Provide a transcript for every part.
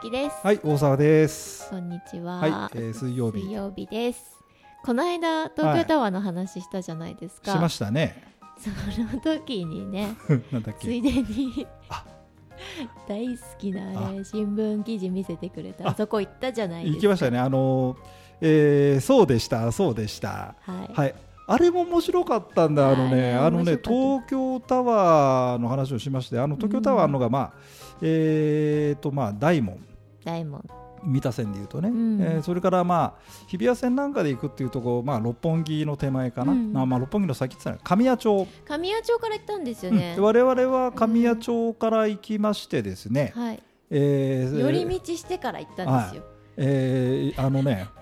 木です。 はい、大沢です。 こんにちは。 はい、水曜日です。この間東京タワーの話したじゃないですか。 しましたね。 その時にねなんだっけ、 ついでに大好きな新聞記事見せてくれたあそこ行ったじゃないですか。 行きましたね。そうでしたそうでした、はい、あれも面白かったんだ。東京タワーの話をしまして、東京タワーのが大門三田線でいうとね、それから日比谷線なんかで行くっていうところ、六本木の手前かな、六本木の先って言ったら神谷町から行ったんですよね。 我々は神谷町から行きましてですね、 寄り道してから行ったんですよ。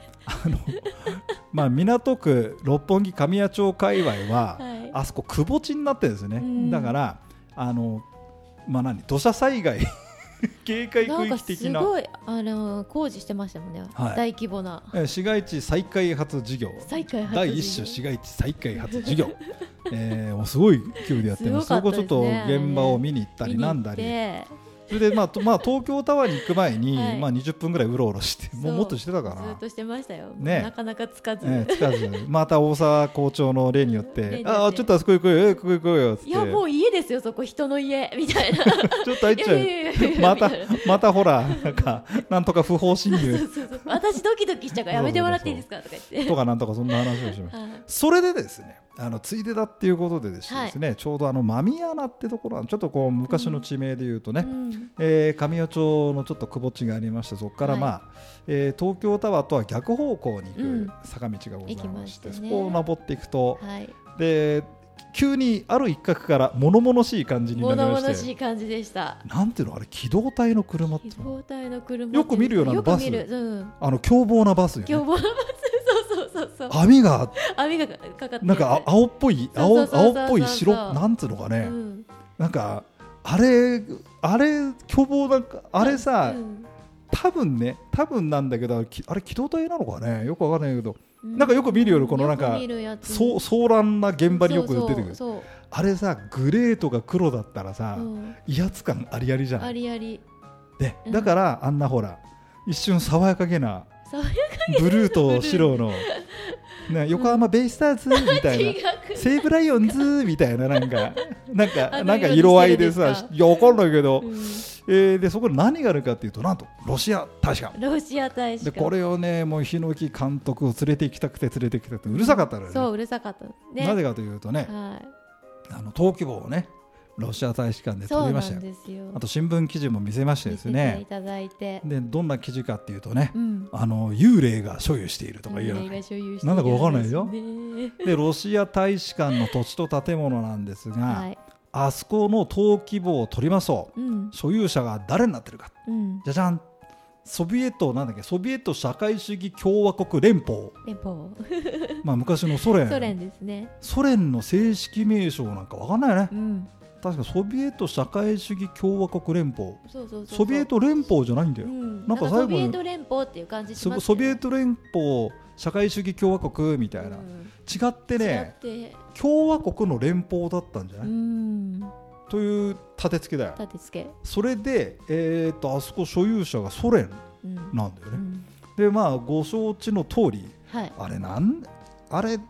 港区六本木神谷町界隈は、あそこくぼ地になってるんですよね。だから土砂災害警戒区域的な、 すごい工事してましたもんね、大規模な市街地再開発事業第一種市街地再開発事業すごい勢いでやってます。そこちょっと現場を見に行ったりなんだり、それで東京タワーに行く前に、20分ぐらいうろうろして、もっとしてたかな。 ずっとしてましたよ、なかなかつかず、 また大沢校長の例によってちょっとあそこ行こうよここ行こうよって、 いやもう家ですよそこ、人の家みたいなちょっと入っちゃうまたほらなんとか不法侵入そう私ドキドキしちゃうからやめてもらっていいですかとか言ってとかなんとかそんな話をしました。それでですね、ついでだっていうことでですね、ちょうど間宮穴ってところはちょっとこう昔の地名でいうとね、神谷町のちょっとくぼ地がありまして、そこから東京タワーとは逆方向に行く坂道がございまして、そこを登っていくと、で急にある一角から物々しい感じになりまして、 物々しい感じでした。 なんていうのあれ、機動隊の車ってよく見るようなバス、凶暴なバスよね。そう網がかかって、 なんか青っぽい白なんつうのかね、なんかあれ凶暴なんかあれさ、多分なんだけど、あれ機動隊なのかね、よくわかんないけど、なんかよく見るよりこのなんか騒乱な現場によく出てくる。あれさ、グレーとか黒だったらさ、威圧感ありありじゃない。でだからあんなほら一瞬爽やかげなブルーと白の横浜ベイスターズみたいな西武ライオンズみたいななんか色合いでさ、いや分かんないけど、でそこで何があるかっていうと、なんとロシア大使館で、これをね、もう檜監督を連れて行きたくてうるさかったのよね。 そううるさかったね。 なぜかというとね、登記簿をねロシア大使館で撮りましたよ。あと新聞記事も見せましてですね、でどんな記事かっていうとね、幽霊が所有しているとかいうなんだか分かんないよ。でロシア大使館の土地と建物なんですが、あそこの登記簿を取りますと、所有者が誰になってるか、じゃじゃん、ソビエト社会主義共和国連邦昔のソ連ですね。 ソ連の正式名称なんか分かんないよね。確かソビエト社会主義共和国連邦、ソビエト連邦じゃないんだよ。なんか最後にソビエト連邦っていう感じしますね。ソビエト連邦社会主義共和国みたいな、違ってね、共和国の連邦だったんじゃないという立て付けだよ。それで、あそこ所有者がソ連なんだよね。でご承知の通り、あれ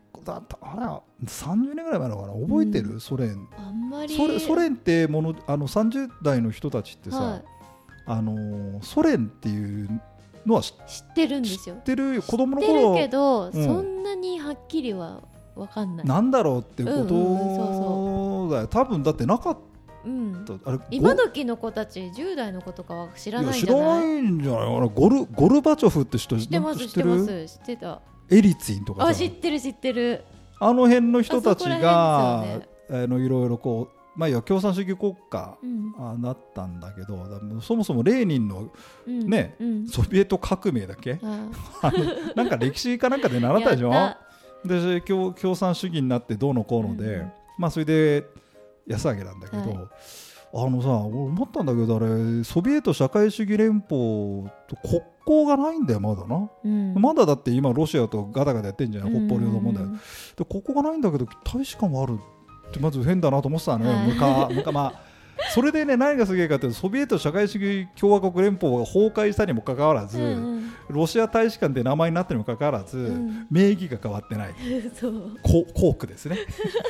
30年ぐらい前のかな、覚えてる？ソ連って30代の人たちってさ、ソ連っていうのは知ってるんですよ。知ってるよ、子供の頃。知ってるけど、そんなにはっきりは分かんない。なんだろうっていうことだよ。多分だってなかった。今時の子たち10代の子とかは知らないんじゃない？知らないんじゃないかな。ゴルバチョフって人知ってます？知ってた。エリツィンとかさ、 知ってる。 あの辺の人たちがいろいろこう、要は共産主義国家だったんだけど、そもそもレーニンのね、ソビエト革命だっけなんか歴史かなんかで習ったでしょ。で共産主義になってどうのこうので、それで安上げなんだけど、俺思ったんだけど、あれソビエト社会主義連邦と国交がないんだよ、まだな、まだだって今ロシアとガタガタやってんじゃん、北方領土問題で。国交がないんだけど大使館はあるってまず変だなと思ってたのよ。 それでね、何がすげえかというと、ソビエト社会主義共和国連邦が崩壊したにもかかわらず、ロシア大使館で名前になってにもかかわらず、名義が変わってないそうコークですね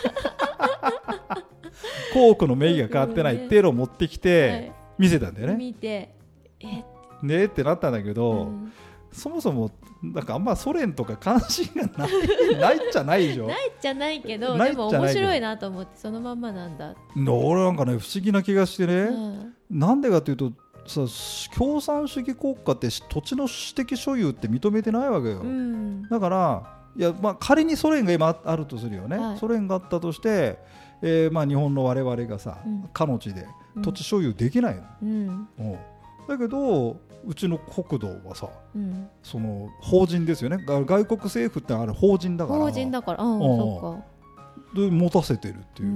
コークの名義が変わってないっていうのを持ってきて見せたんだよね。 見てねってなったんだけど、そもそもなんかあんまソ連とか関心がないっちゃないでしょないっちゃないけど、でも面白いなと思ってそのまんまなんだ。 俺なんかね不思議な気がしてね、なんでかというとさ、共産主義国家って土地の私的所有って認めてないわけよ、だからいや、仮にソ連が今あるとするよね、ソ連があったとして、日本の我々がさ、彼の地で土地所有できないの、だけどうちの国土はさ、その法人ですよね。外国政府ってあれ法人だから、 そっか、 で持たせてるっていう、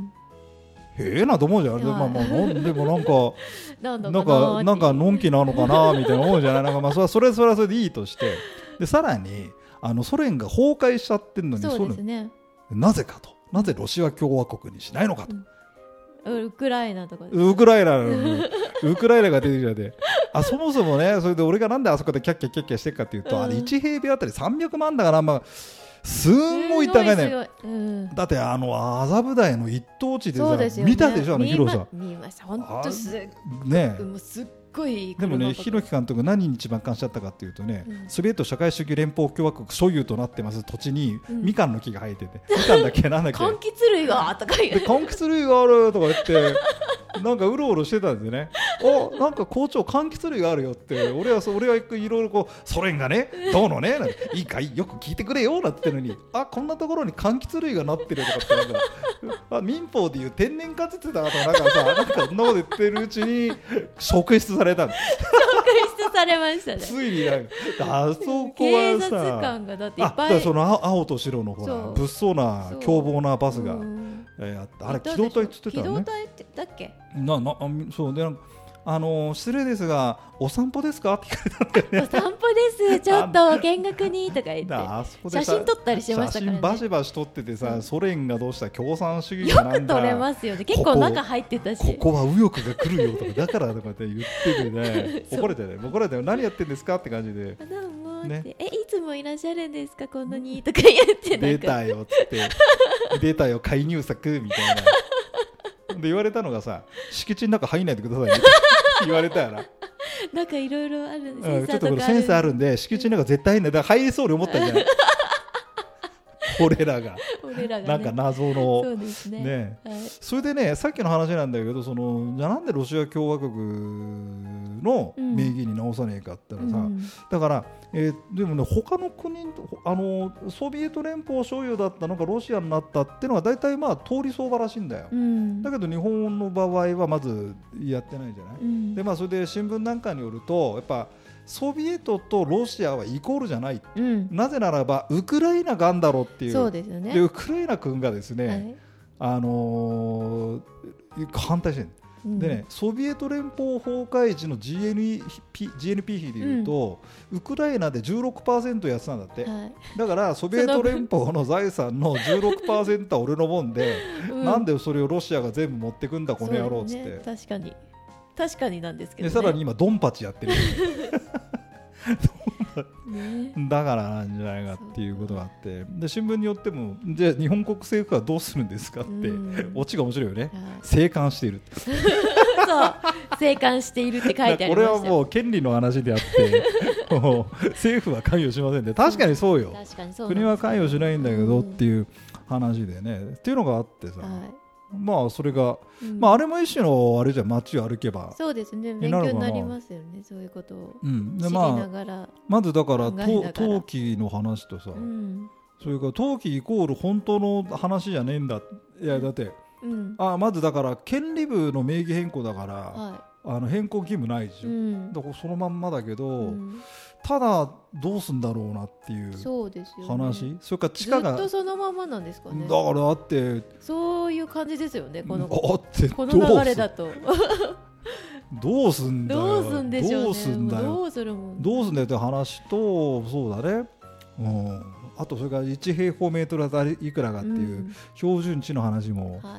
へえなと思うじゃん、でもなんかのんきなのかなみたいな思うじゃない。なんかそれはそれでいいとして、でさらにソ連が崩壊しちゃってるのに、 そうですね、 なぜかと、なぜロシア共和国にしないのかと、 ウクライナとかウクライナが出てきちゃって、そもそもね、それで俺がなんであそこでキャッキャしてるかっていうと、あれ1平米あたり300万だから、すんごい高いね、だって麻布台の一等地でさ、見たでしょ、広さ。 見ました、本当すっごい。 でもね、弘樹監督何に一番感謝したかっていうとね、ソビエト社会主義連邦共和国所有となってます土地にみかんの木が生えてて、みかんだっけなんだっけ柑橘類がとか言って、 柑橘類があるとか言ってなんかうろうろしてたんですよね。なんか校長柑橘類があるよって、俺はいろいろこう、ソ連がねどうのねいいかいよく聞いてくれよなんて言ってのに、こんなところに柑橘類がなってるとかってなんか民法でいう天然果実だとかなんかさ、なんかそんなこと言ってるうちに職質されたんです。 職質されましたね。 ついになんかあそこは警察官がだっていっぱい、 その青と白のほら物騒な凶暴なバスがあった。あれ機動隊って言ってたよね。機動隊だっけ。 そうで、失礼ですがお散歩ですかって聞かれたんだよね。 お散歩です、ちょっと見学にとか言って写真撮ったりしましたからね。 写真バシバシ撮っててさ、ソ連がどうした共産主義がなんだ、 よく撮れますよね。結構中入ってたし、 ここは右翼が来るよとかだからとかって言っててね怒られて何やってんですかって感じで、 ね、いつもいらっしゃるんですかこんなにとか言って、 出たよっつって出たよ介入策みたいなで言われたのがさ、敷地の中入んないでくださいねって言われたよな。 なんかいろいろあるんで、 ちょっとこれセンサーあるんで敷地の中絶対入んない、だから入りそうに思ったんじゃない俺らがなんか謎のそうですね。 それでね、さっきの話なんだけど、じゃあなんでロシア共和国の名義に直さねえかって言ったらさ、だからでもね、他の国ソビエト連邦所有だったのがロシアになったっていうのは大体通り相場らしいんだよ、だけど日本の場合はまずやってないじゃない、でそれで新聞なんかによると、やっぱソビエトとロシアはイコールじゃない、なぜならばウクライナがあんだろうっていう。 そうですよね。 でウクライナ君がですね、反対してる、でね、ソビエト連邦崩壊時の GNP 比でいうと、ウクライナで 16% やってたんだって、だからソビエト連邦の財産の 16% は俺のもんで、なんでそれをロシアが全部持ってくんだこの野郎っつって、 確かになんですけど、 でさらに今ドンパチやってるだからなんじゃないかっていうことがあって、で新聞によっても、じゃあ日本国政府はどうするんですかって、オチが面白いよね、静観しているそう静観しているって書いてありましたよ。 これはもう権利の話であって政府は関与しませんで、確かにそうよ、国は関与しないんだけどっていう話でね、っていうのがあってさ、それが、あれも一種のあれじゃん、街を歩けばそうですね、勉強になりますよね、そういうことを知りながら、 まずだから陶器の話とさ、それから陶器イコール本当の話じゃねえんだ、いやだって、まずだから権利部の名義変更だから、変更義務ないでしょ、だからそのまんまだけど、ただどうすんだろうなっていう話、それから地下がずっとそのままなんですかね。 だからだってそういう感じですよね、この流れだとどうすんだよ、 どうすんでしょうね、 どうすんだよって話と、そうだね、あとそれから1平方メートルあたりいくらかっていう標準値の話も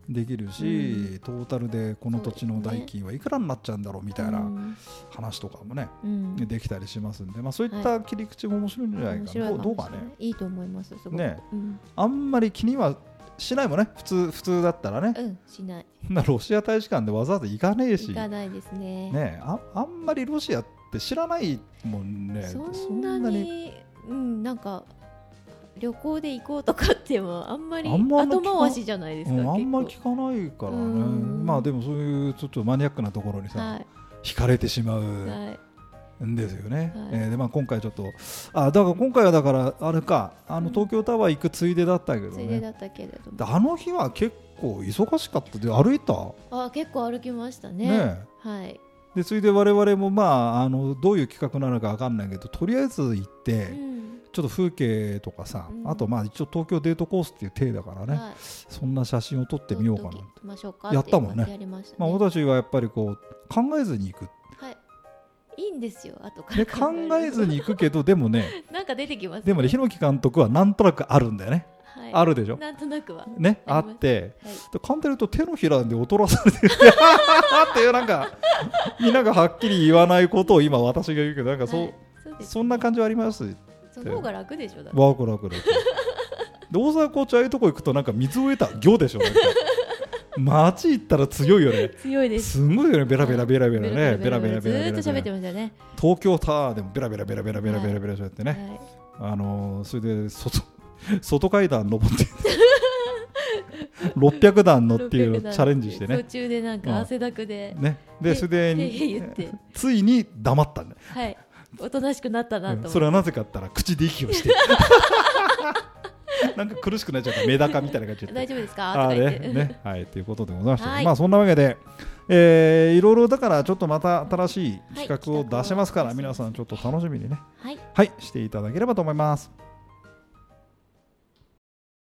できるし、トータルでこの土地の代金はいくらになっちゃうんだろうみたいな話とかもね、できたりしますんで、そういった切り口も面白いんじゃないかな、どうかね。 いいと思います、すごくね、あんまり気にはしないもんね、普通だったらね、 しない。 ロシア大使館でわざわざ行かねえし、 行かないですね。 あんまりロシアって知らないもんね。 そんなになんか旅行で行こうとかってもあんまり後回しじゃないですか。 あんまり聞かないからね。でもそういうちょっとマニアックなところにさ、惹かれてしまうんですよね。で今回ちょっとだから今回はだからあれか、東京タワー行くついでだったけどね。 ついでだったけれども、 あの日は結構忙しかったで、歩いた？ 結構歩きましたね。はい。 でついで我々もどういう企画なのか分かんないけど、とりあえず行って、ちょっと風景とかさ、あと一応東京デートコースっていう体だからね、そんな写真を撮ってみようかなってやったもんね。私たちはやっぱりこう考えずに行く。 いいんですよ、後から考えずに行くけど、でもねなんか出てきますね。 でもね、檜監督はなんとなくあるんだよね。あるでしょ。 なんとなくはね、あって、簡単に言うと手のひらで劣らされてるっていうなんかみんながはっきり言わないことを今私が言うけど、なんかそんな感じはあります。 その方が楽でしょ。だって楽で大沢コーチ、ああいうとこ行くとなんか水を得た行でしょ。なんか街行ったら強いよね。 強いです。 すごいよね。ベラベラね、ベラベラずーっと喋ってましたね。 東京タワーでもベラベラそうやってね。それで外階段登って600段のっていうのをチャレンジしてね。 途中でなんか汗だくででそれでついに黙ったんだよ。 はい。おとなしくなったなと。 それはなぜかって言ったら口で息をしてなんか苦しくなっちゃった、メダカみたいな感じで。 大丈夫ですか？はい、 ということでございました。そんなわけでいろいろだからちょっとまた新しい企画を出せますから、皆さんちょっと楽しみにね、はい、していただければと思います。